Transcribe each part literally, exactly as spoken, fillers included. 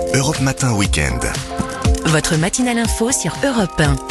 Europe Matin Week-end. Votre matinale info sur Europe un.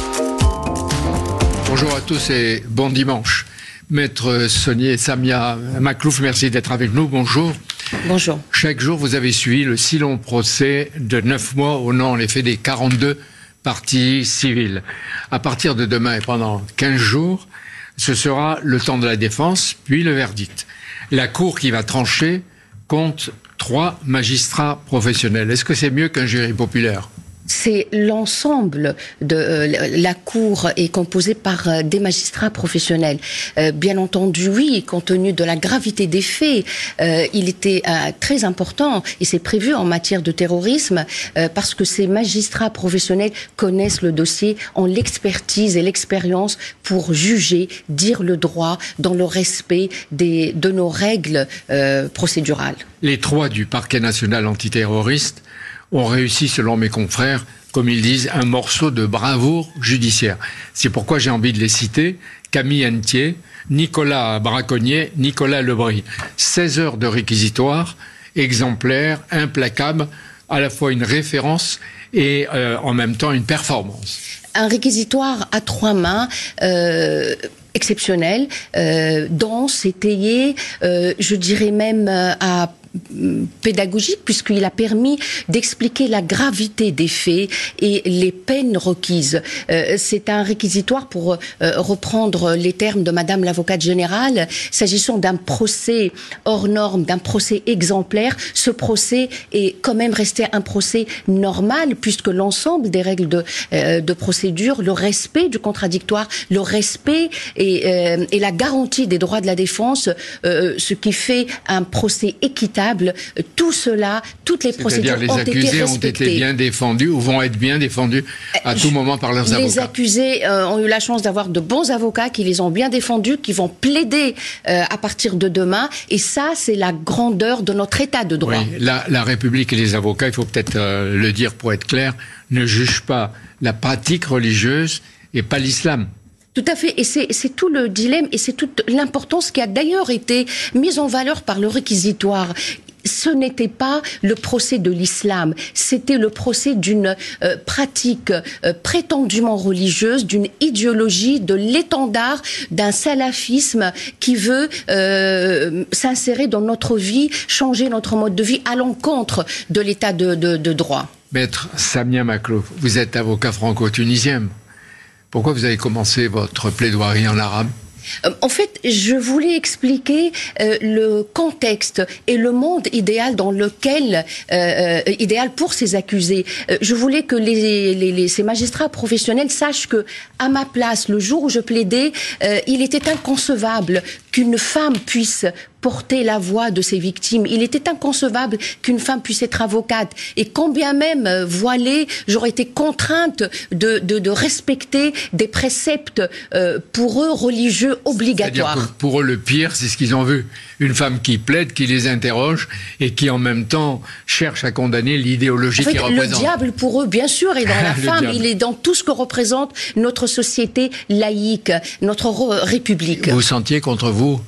Bonjour à tous et bon dimanche. Maître Sonia Samia Makhlouf, merci d'être avec nous. Bonjour. Bonjour. Chaque jour, vous avez suivi le si long procès de neuf mois au nom, en effet, des quarante-deux parties civiles. À partir de demain et pendant quinze jours, ce sera le temps de la défense, puis le verdict. La Cour qui va trancher compte trois magistrats professionnels. Est-ce que c'est mieux qu'un jury populaire ? C'est l'ensemble de euh, la Cour est composée par euh, des magistrats professionnels. Euh, bien entendu, oui, compte tenu de la gravité des faits, euh, il était euh, très important, et c'est prévu en matière de terrorisme, euh, parce que ces magistrats professionnels connaissent le dossier, ont l'expertise et l'expérience pour juger, dire le droit dans le respect des, de nos règles euh, procédurales. Les trois du parquet national antiterroriste ont réussi, selon mes confrères, comme ils disent, un morceau de bravoure judiciaire. C'est pourquoi j'ai envie de les citer. Camille Hentier, Nicolas Braconnier, Nicolas Lebris. seize heures de réquisitoire, exemplaire, implacable, à la fois une référence et euh, en même temps une performance. Un réquisitoire à trois mains, euh, exceptionnel, euh, dense, étayé, euh, je dirais même euh, à pédagogique, puisqu'il a permis d'expliquer la gravité des faits et les peines requises. Euh, c'est un réquisitoire, pour euh, reprendre les termes de Madame l'avocate générale, s'agissant d'un procès hors norme, d'un procès exemplaire. Ce procès est quand même resté un procès normal, puisque l'ensemble des règles de, euh, de procédure, le respect du contradictoire, le respect et, euh, et la garantie des droits de la défense, euh, ce qui fait un procès équitable. Tout cela, toutes les procédures les ont été accusés respectées. ont été bien défendus ou vont être bien défendus à tout moment par leurs les avocats. Les accusés euh, ont eu la chance d'avoir de bons avocats qui les ont bien défendus, qui vont plaider euh, à partir de demain. Et ça, c'est la grandeur de notre état de droit. Oui, la, la République et les avocats, il faut peut-être euh, le dire pour être clair, ne jugent pas la pratique religieuse et pas l'islam. Tout à fait, et c'est, c'est tout le dilemme, et c'est toute l'importance qui a d'ailleurs été mise en valeur par le réquisitoire. Ce n'était pas le procès de l'islam, c'était le procès d'une euh, pratique euh, prétendument religieuse, d'une idéologie, de l'étendard d'un salafisme qui veut euh, s'insérer dans notre vie, changer notre mode de vie à l'encontre de l'état de, de, de droit. Maître Samia Makhlouf, vous êtes avocat franco-tunisien. Pourquoi vous avez commencé votre plaidoirie en arabe ? En fait, je voulais expliquer euh, le contexte et le monde idéal dans lequel, euh, idéal pour ces accusés. Euh, je voulais que les, les, les, ces magistrats professionnels sachent que, à ma place, le jour où je plaidais, euh, il était inconcevable qu'une femme puisse porter la voix de ses victimes. Il était inconcevable qu'une femme puisse être avocate. Et combien même euh, voilée, j'aurais été contrainte de, de, de respecter des préceptes euh, pour eux religieux obligatoires. C'est-à-dire que pour eux, le pire, c'est ce qu'ils ont vu. Une femme qui plaide, qui les interroge et qui en même temps cherche à condamner l'idéologie en fait, qu'ils représentent. Le diable pour eux, bien sûr, est dans la femme. Diable. Il est dans tout ce que représente notre société laïque, notre république. Vous sentiez contre vous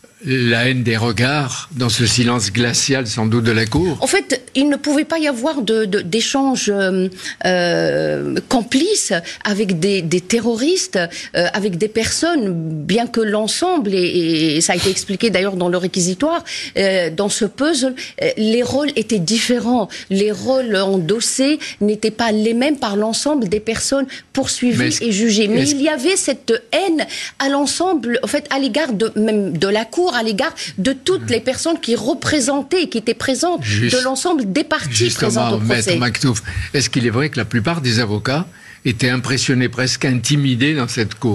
la haine des regards dans ce silence glacial sans doute de la Cour? En fait, il ne pouvait pas y avoir de, de, d'échanges euh, euh, complices avec des, des terroristes, euh, avec des personnes, bien que l'ensemble, et, et ça a été expliqué d'ailleurs dans le réquisitoire, euh, dans ce puzzle, euh, les rôles étaient différents. Les rôles endossés n'étaient pas les mêmes par l'ensemble des personnes poursuivies et jugées. Mais il y avait cette haine à l'ensemble, en fait, à l'égard de, même de la Cour, à l'égard de toutes les personnes qui représentaient, qui étaient présentes, Juste, de l'ensemble des parties présentes au procès. Maître Makhlouf, est-ce qu'il est vrai que la plupart des avocats étaient impressionnés, presque intimidés dans cette cour ?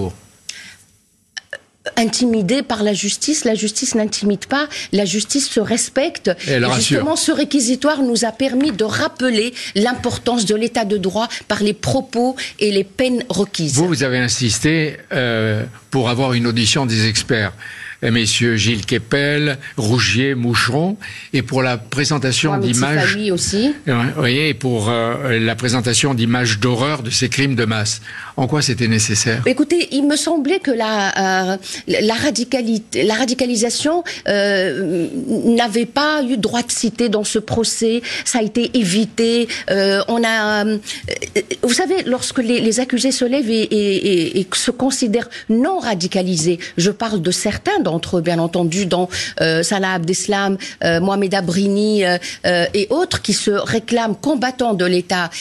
Intimidés par la justice, la justice n'intimide pas, la justice se respecte. Et elle et justement, rassure. Ce réquisitoire nous a permis de rappeler l'importance de l'état de droit par les propos et les peines requises. Vous, vous avez insisté euh, pour avoir une audition des experts. messieurs Gilles Kepel, Rougier, Moucheron, et pour la présentation d'images, aussi. Oui, et pour euh, la présentation d'images d'horreur de ces crimes de masse. En quoi c'était nécessaire? Écoutez, il me semblait que la, euh, la, radicalité, la radicalisation euh, n'avait pas eu droit de cité dans ce procès. Ça a été évité. Euh, on a, euh, vous savez, lorsque les, les accusés se lèvent et, et, et, et se considèrent non radicalisés, je parle de certains d'entre eux, bien entendu, dont euh, Salah Abdeslam, euh, Mohamed Abrini euh, euh, et autres qui se réclament combattants de l'État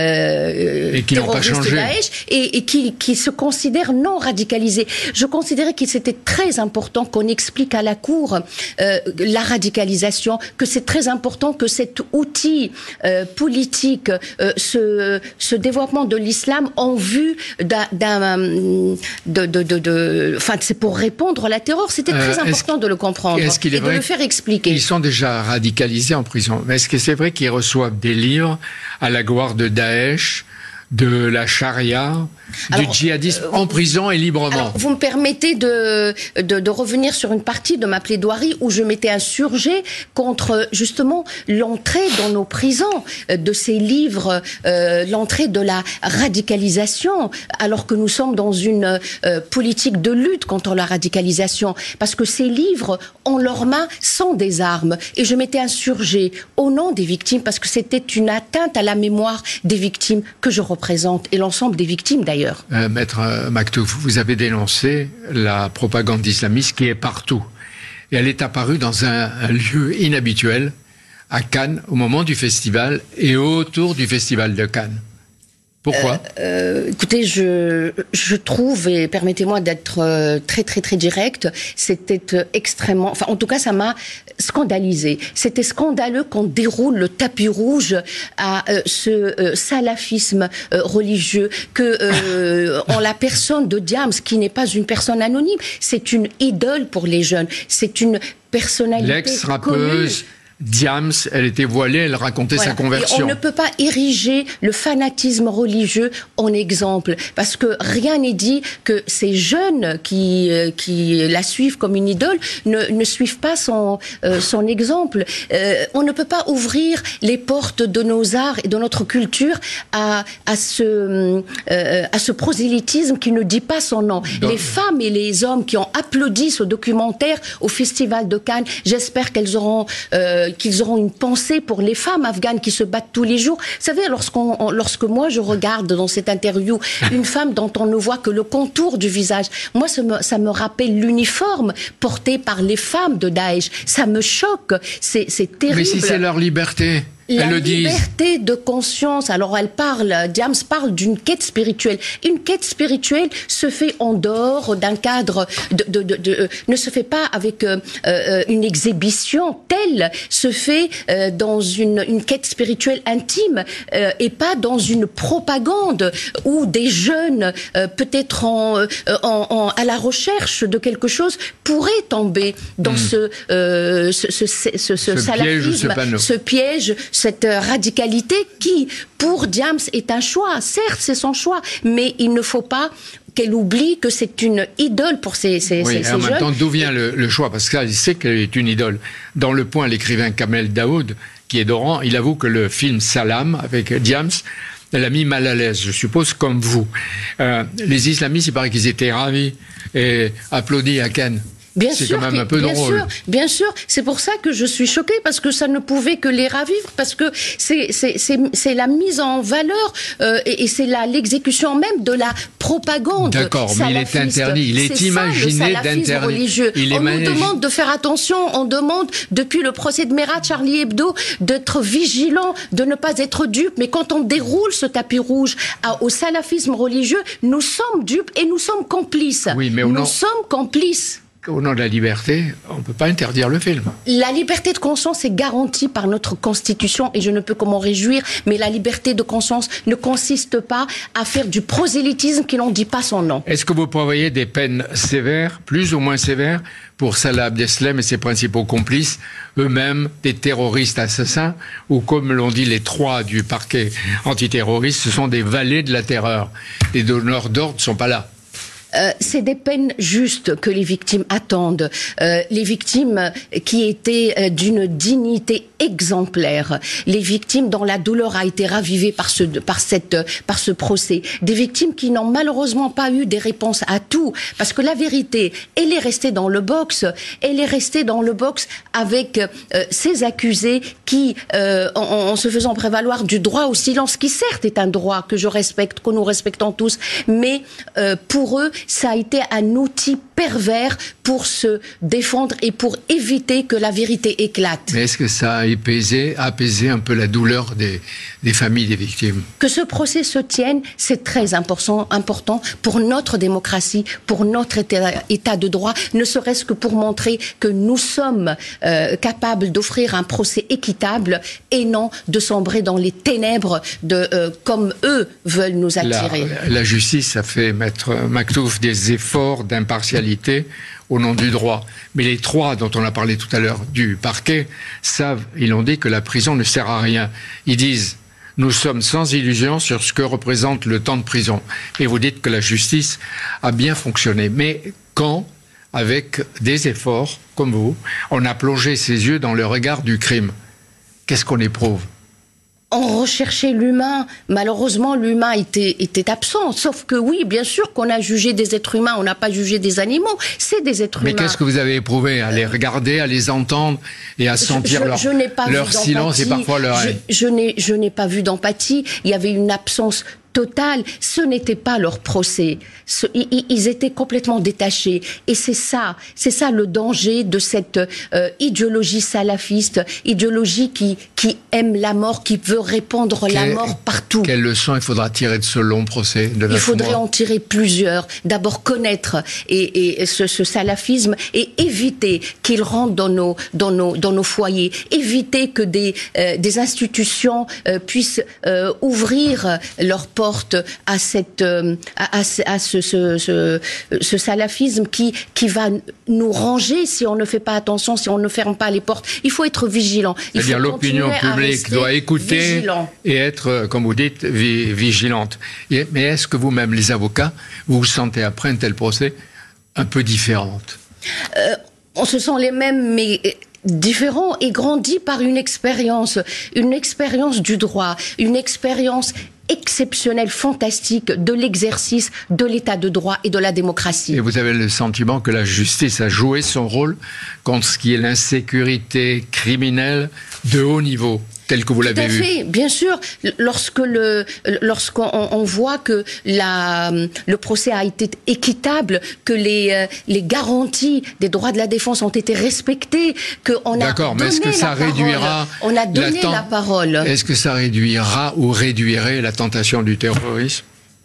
euh, et qui n'ont pas changé. Daesh et, et qui, qui se considèrent non radicalisés. Je considérais qu'il c'était très important qu'on explique à la Cour euh, la radicalisation, que c'est très important que cet outil euh, politique, euh, ce, ce développement de l'islam en vue d'un, d'un de, de, de, de, enfin, c'est pour répondre à la terreur. C'était très euh, important de le comprendre est-ce qu'il est et vrai de le faire expliquer. Ils sont déjà radicalisés en prison. Mais est-ce que c'est vrai qu'ils reçoivent des livres à la gloire de Daesh, de la charia, alors, du djihadisme euh, en prison et librement? Alors, vous me permettez de, de, de revenir sur une partie de ma plaidoirie où je m'étais insurgée contre justement l'entrée dans nos prisons de ces livres, euh, l'entrée de la radicalisation, alors que nous sommes dans une euh, politique de lutte contre la radicalisation, parce que ces livres, en leurs mains, sont des armes. Et je m'étais insurgée au nom des victimes, parce que c'était une atteinte à la mémoire des victimes que je représente, et l'ensemble des victimes d'ailleurs. Euh, Maître euh, Maktouf, vous avez dénoncé la propagande islamiste qui est partout. Et elle est apparue dans un, un lieu inhabituel, à Cannes, au moment du festival et autour du festival de Cannes. Pourquoi euh, euh, Écoutez, je, je trouve, et permettez-moi d'être euh, très très très direct, c'était euh, extrêmement, enfin en tout cas ça m'a scandalisé. C'était scandaleux qu'on déroule le tapis rouge à euh, ce euh, salafisme euh, religieux, que euh, en la personne de Diams, qui n'est pas une personne anonyme, c'est une idole pour les jeunes, c'est une personnalité l'ex-rappeuse connue. Diams, elle était voilée, elle racontait voilà. sa conversion. Et on ne peut pas ériger le fanatisme religieux en exemple, parce que rien n'est dit que ces jeunes qui qui la suivent comme une idole ne, ne suivent pas son euh, son exemple. Euh, on ne peut pas ouvrir les portes de nos arts et de notre culture à à ce euh, à ce prosélytisme qui ne dit pas son nom. Donc, les femmes et les hommes qui ont applaudi ce documentaire au Festival de Cannes, j'espère qu'elles auront euh, qu'ils auront une pensée pour les femmes afghanes qui se battent tous les jours. Vous savez, lorsqu'on, lorsque moi je regarde dans cette interview une femme dont on ne voit que le contour du visage, moi ça me, ça me rappelle l'uniforme porté par les femmes de Daesh. Ça me choque, c'est, c'est terrible. Mais si c'est leur liberté. La le liberté de conscience, alors elle parle, Diams parle d'une quête spirituelle. Une quête spirituelle se fait en dehors d'un cadre, de, de, de, de, ne se fait pas avec euh, euh, une exhibition telle, se fait euh, dans une, une quête spirituelle intime euh, et pas dans une propagande où des jeunes, euh, peut-être en, euh, en, en, à la recherche de quelque chose, pourraient tomber dans mmh. ce, euh, ce, ce, ce, ce, ce salafisme, piège, ce piège, cette radicalité qui, pour Diams, est un choix. Certes, c'est son choix, mais il ne faut pas qu'elle oublie que c'est une idole pour ces, ces, oui, ces, et ces en jeunes. même temps, d'où vient le, le choix? Parce qu'il sait qu'elle est une idole. Dans Le Point, l'écrivain Kamel Daoud, qui est d'Oran, il avoue que le film Salam, avec Diams, l'a mis mal à l'aise, je suppose, comme vous. Euh, les islamistes, il paraît qu'ils étaient ravis et applaudis à Cannes. Bien c'est sûr, quand même un peu bien drôle. sûr, bien sûr. C'est pour ça que je suis choquée, parce que ça ne pouvait que les ravivre, parce que c'est c'est c'est c'est la mise en valeur euh, et, et c'est la l'exécution même de la propagande. D'accord, mais il est interdit, il est, est imaginé d'interdit. On nous demande de faire attention, on demande depuis le procès de Merat, Charlie Hebdo, d'être vigilant, de ne pas être dupe. Mais quand on déroule ce tapis rouge à, au salafisme religieux, nous sommes dupes et nous sommes complices. Oui, mais nous non... sommes complices. Au nom de la liberté, on ne peut pas interdire le film. La liberté de conscience est garantie par notre Constitution et je ne peux que m'en réjouir, mais la liberté de conscience ne consiste pas à faire du prosélytisme qui n'en dit pas son nom. Est-ce que vous prévoyez des peines sévères, plus ou moins sévères, pour Salah Abdeslam et ses principaux complices, eux-mêmes des terroristes assassins, ou comme l'ont dit les trois du parquet antiterroriste, ce sont des valets de la terreur. Les donneurs d'ordre ne sont pas là. Euh, c'est des peines justes que les victimes attendent. Euh, les victimes qui étaient euh, d'une dignité exemplaire. Les victimes dont la douleur a été ravivée par ce, par cette, par ce procès. Des victimes qui n'ont malheureusement pas eu des réponses à tout. Parce que la vérité, elle est restée dans le box. Elle est restée dans le box avec euh, ces accusés qui, euh, en, en se faisant prévaloir du droit au silence, qui certes est un droit que je respecte, que nous respectons tous, mais euh, pour eux, ça a été un outil pervers pour se défendre et pour éviter que la vérité éclate. Mais est-ce que ça a apaisé, apaisé un peu la douleur des, des familles des victimes? Que ce procès se tienne, c'est très important, important pour notre démocratie, pour notre état, état de droit, ne serait-ce que pour montrer que nous sommes euh, capables d'offrir un procès équitable et non de sombrer dans les ténèbres de, euh, comme eux veulent nous attirer. La, la justice a fait, Maître Maktouf, des efforts d'impartialité au nom du droit. Mais les trois dont on a parlé tout à l'heure du parquet savent, ils ont dit que la prison ne sert à rien. Ils disent, nous sommes sans illusion sur ce que représente le temps de prison. Et vous dites que la justice a bien fonctionné. Mais quand, avec des efforts comme vous, on a plongé ses yeux dans le regard du crime, qu'est-ce qu'on éprouve? On recherchait l'humain. Malheureusement, l'humain était, était absent. Sauf que oui, bien sûr qu'on a jugé des êtres humains, on n'a pas jugé des animaux. C'est des êtres Mais humains. Mais qu'est-ce que vous avez éprouvé à les regarder, à les entendre et à sentir je, je, leur, je leur silence et parfois leur haine? Je, je n'ai pas vu d'empathie. Il y avait une absence totale. Ce n'était pas leur procès. Ce, ils, ils étaient complètement détachés. Et c'est ça, c'est ça le danger de cette euh, idéologie salafiste, idéologie qui, qui aime la mort, qui veut répandre Quelle, la mort partout. Quelle leçon il faudra tirer de ce long procès de Il faudrait mois. en tirer plusieurs. D'abord connaître et, et ce, ce salafisme et éviter qu'il rentre dans nos, dans nos, dans nos foyers. Éviter que des, euh, des institutions euh, puissent euh, ouvrir leurs portes à cette euh, à, à, à ce, ce, ce, ce salafisme qui qui va nous ranger si on ne fait pas attention, si on ne ferme pas les portes. Il faut être vigilant. C'est-à-dire l'opinion publique doit écouter vigilant. Et être, comme vous dites, vi vigilante. Et, mais est-ce que vous-même, les avocats, vous vous sentez après un tel procès un peu différente? euh, On se sent les mêmes, mais différents et grandis par une expérience, une expérience du droit, une expérience exceptionnel, fantastique de l'exercice de l'état de droit et de la démocratie. Et vous avez le sentiment que la justice a joué son rôle contre ce qui est l'insécurité criminelle de haut niveau, tel que vous l'avez vu? Tout à fait, bien sûr. Lorsque le, lorsqu'on on voit que la, le procès a été équitable, que les, les garanties des droits de la défense ont été respectées, qu'on a D'accord, mais est-ce que ça réduira on a donné la, la parole. Est-ce que ça réduira ou réduirait la tentation du terrorisme?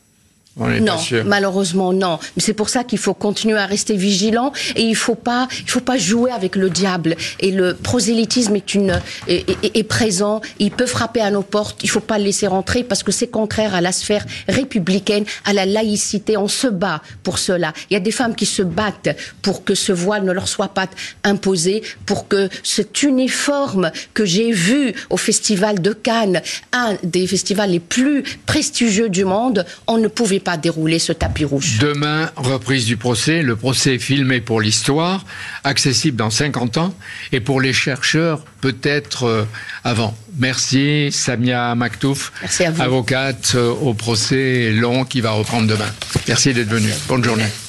On n'est non, pas sûr. Malheureusement non. Mais c'est pour ça qu'il faut continuer à rester vigilant et il faut pas, il faut pas jouer avec le diable. Et le prosélytisme est une est, est, est présent. Il peut frapper à nos portes. Il faut pas le laisser rentrer parce que c'est contraire à la sphère républicaine, à la laïcité. On se bat pour cela. Il y a des femmes qui se battent pour que ce voile ne leur soit pas imposé, pour que cet uniforme que j'ai vu au Festival de Cannes, un des festivals les plus prestigieux du monde, on ne pouvait pas dérouler ce tapis rouge. Demain, reprise du procès. Le procès est filmé pour l'histoire, accessible dans cinquante ans, et pour les chercheurs, peut-être euh, avant. Merci, Samia Maktouf, Merci à vous. avocate euh, au procès long qui va reprendre demain. Merci d'être venue. Bonne journée.